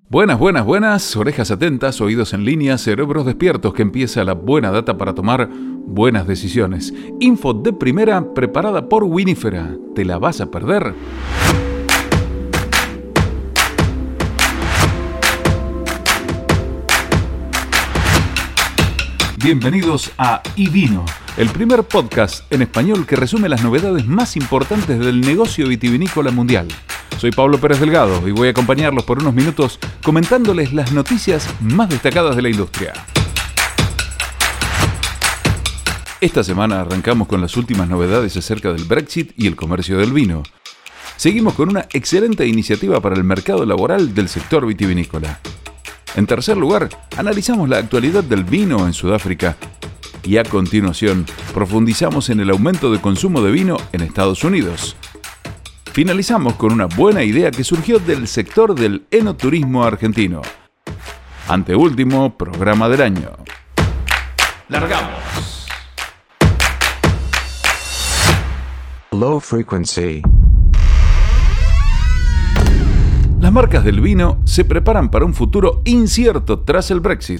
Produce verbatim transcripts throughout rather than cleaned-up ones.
Buenas, buenas, buenas, orejas atentas, oídos en línea, cerebros despiertos, que empieza la buena data para tomar buenas decisiones. Info de primera preparada por Winifera. ¿Te la vas a perder? Bienvenidos a Y Vino, el primer podcast en español que resume las novedades más importantes del negocio vitivinícola mundial. Soy Pablo Pérez Delgado y voy a acompañarlos por unos minutos comentándoles las noticias más destacadas de la industria. Esta semana arrancamos con las últimas novedades acerca del Brexit y el comercio del vino. Seguimos con una excelente iniciativa para el mercado laboral del sector vitivinícola. En tercer lugar, analizamos la actualidad del vino en Sudáfrica. Y a continuación, profundizamos en el aumento de consumo de vino en Estados Unidos. Finalizamos con una buena idea que surgió del sector del enoturismo argentino. Anteúltimo programa del año. ¡Largamos! Low frequency. Las marcas del vino se preparan para un futuro incierto tras el Brexit.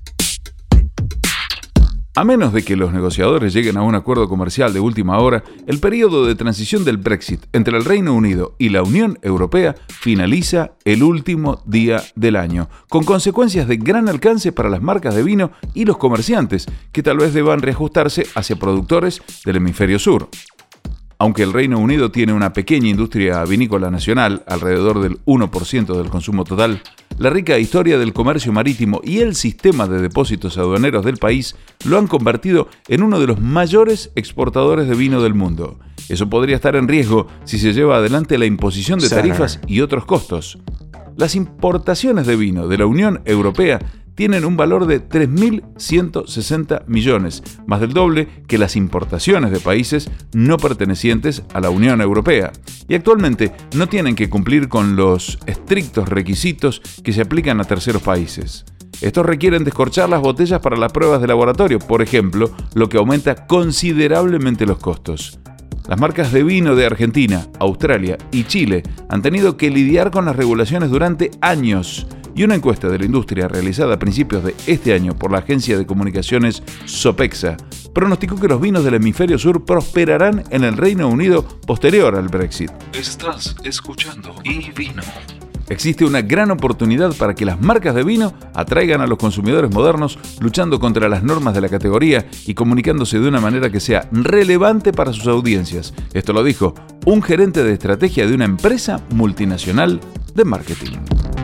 A menos de que los negociadores lleguen a un acuerdo comercial de última hora, el periodo de transición del Brexit entre el Reino Unido y la Unión Europea finaliza el último día del año, con consecuencias de gran alcance para las marcas de vino y los comerciantes, que tal vez deban reajustarse hacia productores del hemisferio sur. Aunque el Reino Unido tiene una pequeña industria vinícola nacional, alrededor del uno por ciento del consumo total, la rica historia del comercio marítimo y el sistema de depósitos aduaneros del país lo han convertido en uno de los mayores exportadores de vino del mundo. Eso podría estar en riesgo si se lleva adelante la imposición de tarifas y otros costos. Las importaciones de vino de la Unión Europea tienen un valor de tres mil ciento sesenta millones, más del doble que las importaciones de países no pertenecientes a la Unión Europea, y actualmente no tienen que cumplir con los estrictos requisitos que se aplican a terceros países. Estos requieren descorchar las botellas para las pruebas de laboratorio, por ejemplo, lo que aumenta considerablemente los costos. Las marcas de vino de Argentina, Australia y Chile han tenido que lidiar con las regulaciones durante años. Y una encuesta de la industria realizada a principios de este año por la agencia de comunicaciones Sopexa pronosticó que los vinos del hemisferio sur prosperarán en el Reino Unido posterior al Brexit. Estás escuchando Y Vino. Existe una gran oportunidad para que las marcas de vino atraigan a los consumidores modernos luchando contra las normas de la categoría y comunicándose de una manera que sea relevante para sus audiencias. Esto lo dijo un gerente de estrategia de una empresa multinacional de marketing.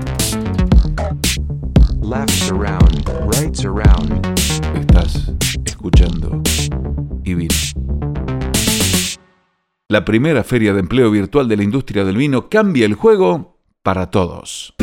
Left around, right around. Estás escuchando Y Vino. La primera feria de empleo virtual de la industria del vino cambia el juego para todos.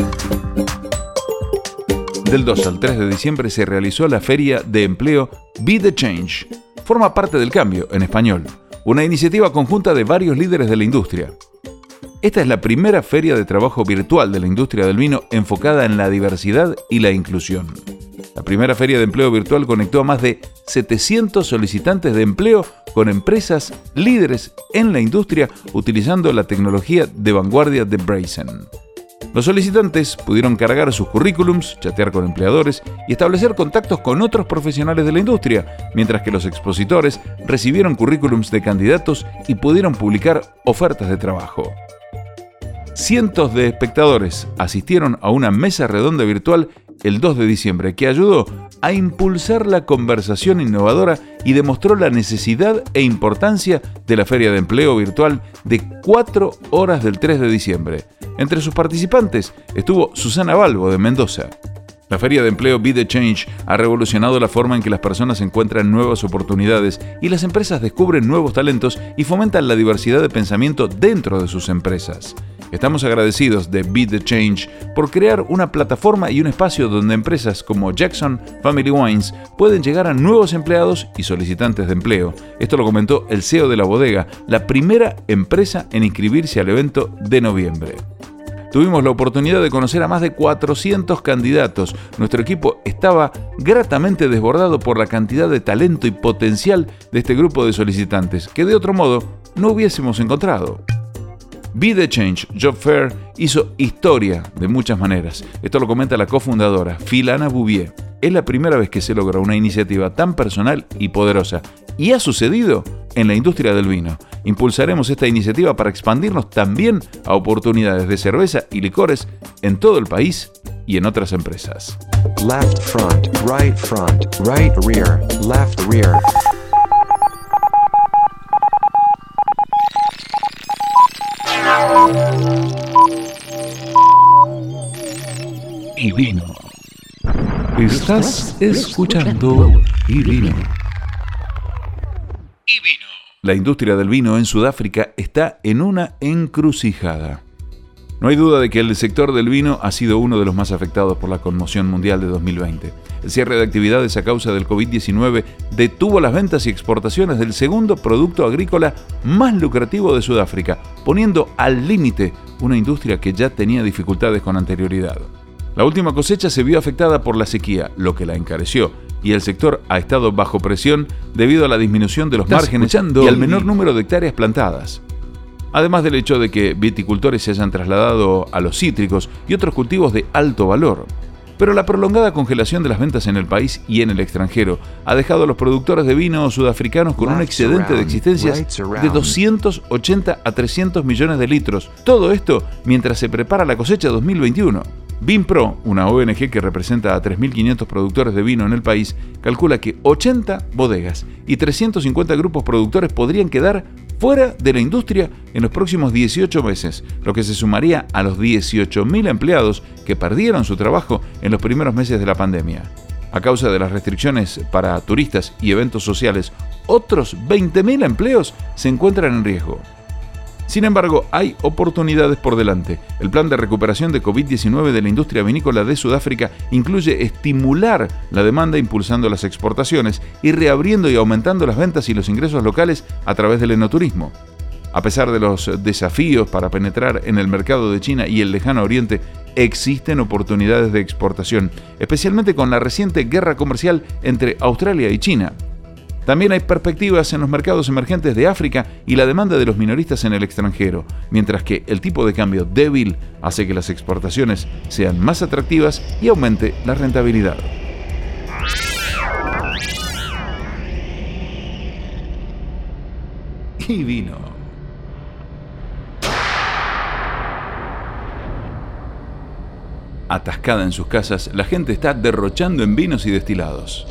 Del dos al tres de diciembre se realizó la feria de empleo Be the Change. Forma parte del cambio, en español, una iniciativa conjunta de varios líderes de la industria. Esta es la primera feria de trabajo virtual de la industria del vino enfocada en la diversidad y la inclusión. La primera feria de empleo virtual conectó a más de setecientos solicitantes de empleo con empresas líderes en la industria utilizando la tecnología de vanguardia de Brazen. Los solicitantes pudieron cargar sus currículums, chatear con empleadores y establecer contactos con otros profesionales de la industria, mientras que los expositores recibieron currículums de candidatos y pudieron publicar ofertas de trabajo. Cientos de espectadores asistieron a una mesa redonda virtual el dos de diciembre que ayudó a impulsar la conversación innovadora y demostró la necesidad e importancia de la feria de empleo virtual de cuatro horas del tres de diciembre. Entre sus participantes estuvo Susana Balbo de Mendoza. La Feria de Empleo Be the Change ha revolucionado la forma en que las personas encuentran nuevas oportunidades y las empresas descubren nuevos talentos y fomentan la diversidad de pensamiento dentro de sus empresas. Estamos agradecidos de Be the Change por crear una plataforma y un espacio donde empresas como Jackson Family Wines pueden llegar a nuevos empleados y solicitantes de empleo. Esto lo comentó el C E O de la bodega, la primera empresa en inscribirse al evento de noviembre. Tuvimos la oportunidad de conocer a más de cuatrocientos candidatos. Nuestro equipo estaba gratamente desbordado por la cantidad de talento y potencial de este grupo de solicitantes, que de otro modo no hubiésemos encontrado. Be the Change Job Fair hizo historia de muchas maneras. Esto lo comenta la cofundadora, Philana Bouvier. Es la primera vez que se logra una iniciativa tan personal y poderosa. Y ha sucedido en la industria del vino. Impulsaremos esta iniciativa para expandirnos también a oportunidades de cerveza y licores en todo el país y en otras empresas. Left front, right front, right rear, left rear. Y vino. Estás escuchando Y vino. Y vino. La industria del vino en Sudáfrica está en una encrucijada. No hay duda de que el sector del vino ha sido uno de los más afectados por la conmoción mundial de dos mil veinte. El cierre de actividades a causa del covid diecinueve detuvo las ventas y exportaciones del segundo producto agrícola más lucrativo de Sudáfrica, poniendo al límite una industria que ya tenía dificultades con anterioridad. La última cosecha se vio afectada por la sequía, lo que la encareció, y el sector ha estado bajo presión debido a la disminución de los márgenes y al menor número de hectáreas plantadas. Además del hecho de que viticultores se hayan trasladado a los cítricos y otros cultivos de alto valor. Pero la prolongada congelación de las ventas en el país y en el extranjero ha dejado a los productores de vino sudafricanos con un excedente de existencias de doscientos ochenta a trescientos millones de litros. Todo esto mientras se prepara la cosecha dos mil veintiuno. Vinpro, una O N G que representa a tres mil quinientos productores de vino en el país, calcula que ochenta bodegas y trescientos cincuenta grupos productores podrían quedar fuera de la industria en los próximos dieciocho meses, lo que se sumaría a los dieciocho mil empleados que perdieron su trabajo en los primeros meses de la pandemia. A causa de las restricciones para turistas y eventos sociales, otros veinte mil empleos se encuentran en riesgo. Sin embargo, hay oportunidades por delante. El plan de recuperación de covid diecinueve de la industria vinícola de Sudáfrica incluye estimular la demanda impulsando las exportaciones y reabriendo y aumentando las ventas y los ingresos locales a través del enoturismo. A pesar de los desafíos para penetrar en el mercado de China y el lejano oriente, existen oportunidades de exportación, especialmente con la reciente guerra comercial entre Australia y China. También hay perspectivas en los mercados emergentes de África y la demanda de los minoristas en el extranjero, mientras que el tipo de cambio débil hace que las exportaciones sean más atractivas y aumente la rentabilidad. Y vino. Atascada en sus casas, la gente está derrochando en vinos y destilados.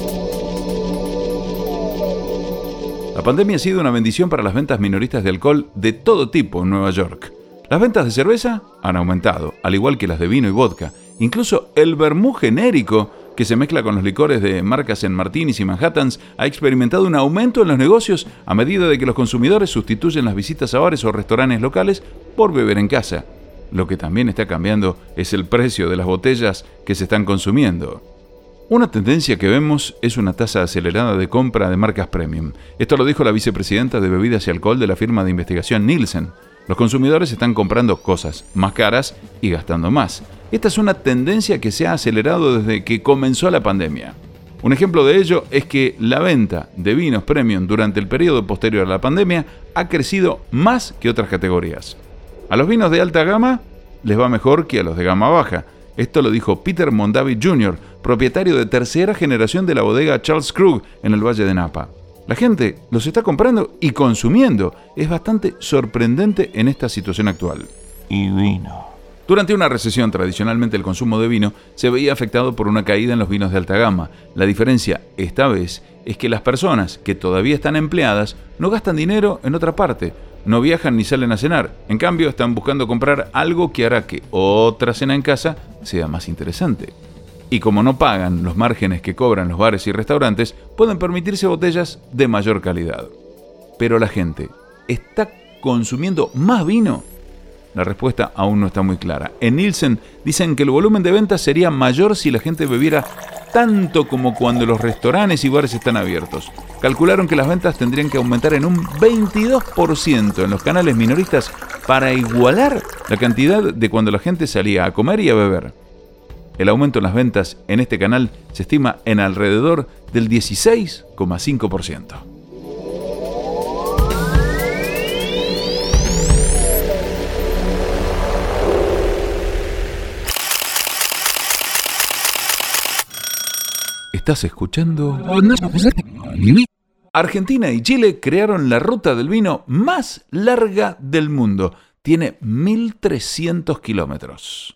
La pandemia ha sido una bendición para las ventas minoristas de alcohol de todo tipo en Nueva York. Las ventas de cerveza han aumentado, al igual que las de vino y vodka. Incluso el vermú genérico, que se mezcla con los licores de marcas en Martinis y Manhattans, ha experimentado un aumento en los negocios a medida de que los consumidores sustituyen las visitas a bares o restaurantes locales por beber en casa. Lo que también está cambiando es el precio de las botellas que se están consumiendo. Una tendencia que vemos es una tasa acelerada de compra de marcas premium. Esto lo dijo la vicepresidenta de bebidas y alcohol de la firma de investigación Nielsen. Los consumidores están comprando cosas más caras y gastando más. Esta es una tendencia que se ha acelerado desde que comenzó la pandemia. Un ejemplo de ello es que la venta de vinos premium durante el periodo posterior a la pandemia ha crecido más que otras categorías. A los vinos de alta gama les va mejor que a los de gama baja. Esto lo dijo Peter Mondavi junior, propietario de tercera generación de la bodega Charles Krug en el Valle de Napa. La gente los está comprando y consumiendo. Es bastante sorprendente en esta situación actual. Y vino. Durante una recesión, tradicionalmente el consumo de vino se veía afectado por una caída en los vinos de alta gama. La diferencia, esta vez, es que las personas que todavía están empleadas no gastan dinero en otra parte. No viajan ni salen a cenar. En cambio, están buscando comprar algo que hará que otra cena en casa sea más interesante. Y como no pagan los márgenes que cobran los bares y restaurantes, pueden permitirse botellas de mayor calidad. Pero la gente, ¿está consumiendo más vino? La respuesta aún no está muy clara. En Nielsen dicen que el volumen de ventas sería mayor si la gente bebiera tanto como cuando los restaurantes y bares están abiertos. Calcularon que las ventas tendrían que aumentar en un veintidós por ciento en los canales minoristas para igualar la cantidad de cuando la gente salía a comer y a beber. El aumento en las ventas en este canal se estima en alrededor del dieciséis coma cinco por ciento. Estás escuchando... Argentina y Chile crearon la ruta del vino más larga del mundo. Tiene mil trescientos kilómetros.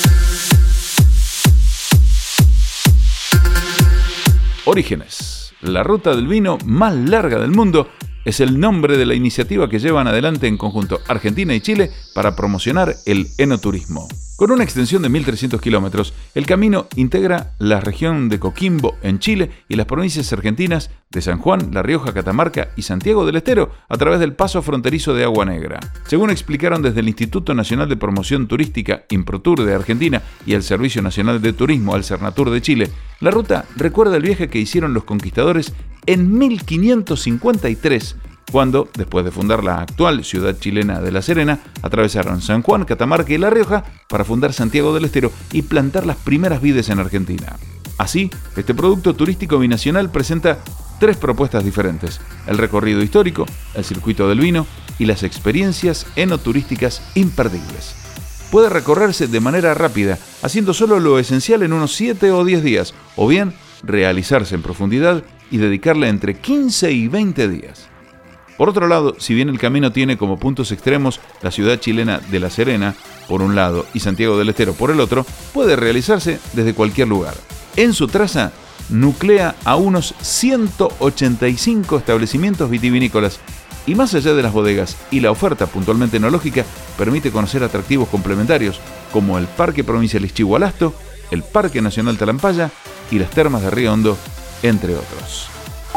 Orígenes. La ruta del vino más larga del mundo es el nombre de la iniciativa que llevan adelante en conjunto Argentina y Chile para promocionar el enoturismo. Con una extensión de mil trescientos kilómetros, el camino integra la región de Coquimbo en Chile y las provincias argentinas de San Juan, La Rioja, Catamarca y Santiago del Estero a través del paso fronterizo de Agua Negra. Según explicaron desde el Instituto Nacional de Promoción Turística, Improtur de Argentina y el Servicio Nacional de Turismo, Alcernatur de Chile, la ruta recuerda el viaje que hicieron los conquistadores en mil quinientos cincuenta y tres, cuando, después de fundar la actual ciudad chilena de La Serena, atravesaron San Juan, Catamarca y La Rioja para fundar Santiago del Estero y plantar las primeras vides en Argentina. Así, este producto turístico binacional presenta tres propuestas diferentes: el recorrido histórico, el circuito del vino y las experiencias enoturísticas imperdibles. Puede recorrerse de manera rápida, haciendo solo lo esencial en unos siete o diez días, o bien realizarse en profundidad y dedicarle entre quince y veinte días. Por otro lado, si bien el camino tiene como puntos extremos la ciudad chilena de La Serena, por un lado, y Santiago del Estero por el otro, puede realizarse desde cualquier lugar. En su traza, nuclea a unos ciento ochenta y cinco establecimientos vitivinícolas, y más allá de las bodegas y la oferta puntualmente enológica, permite conocer atractivos complementarios, como el Parque Provincial Ixchihualasto, el Parque Nacional Talampaya y las Termas de Río Hondo, entre otros.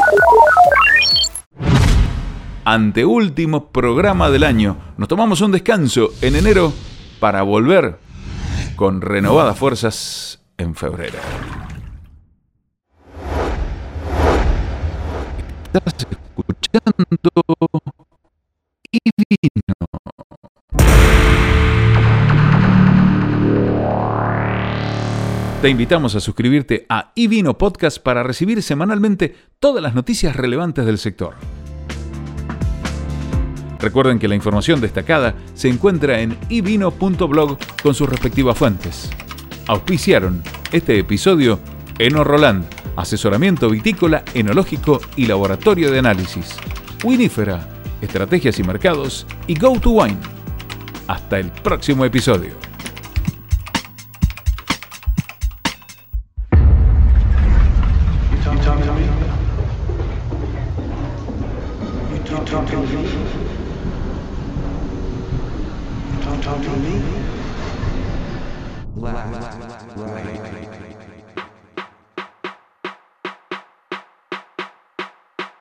Anteúltimo programa del año. Nos tomamos un descanso en enero para volver con renovadas fuerzas en febrero. Estás escuchando y vino. Te invitamos a suscribirte a iVino Podcast para recibir semanalmente todas las noticias relevantes del sector. Recuerden que la información destacada se encuentra en ivino punto blog con sus respectivas fuentes. Auspiciaron este episodio Eno Roland, asesoramiento vitícola, enológico y laboratorio de análisis. Winífera, estrategias y mercados, y Go to Wine. Hasta el próximo episodio. Left, right.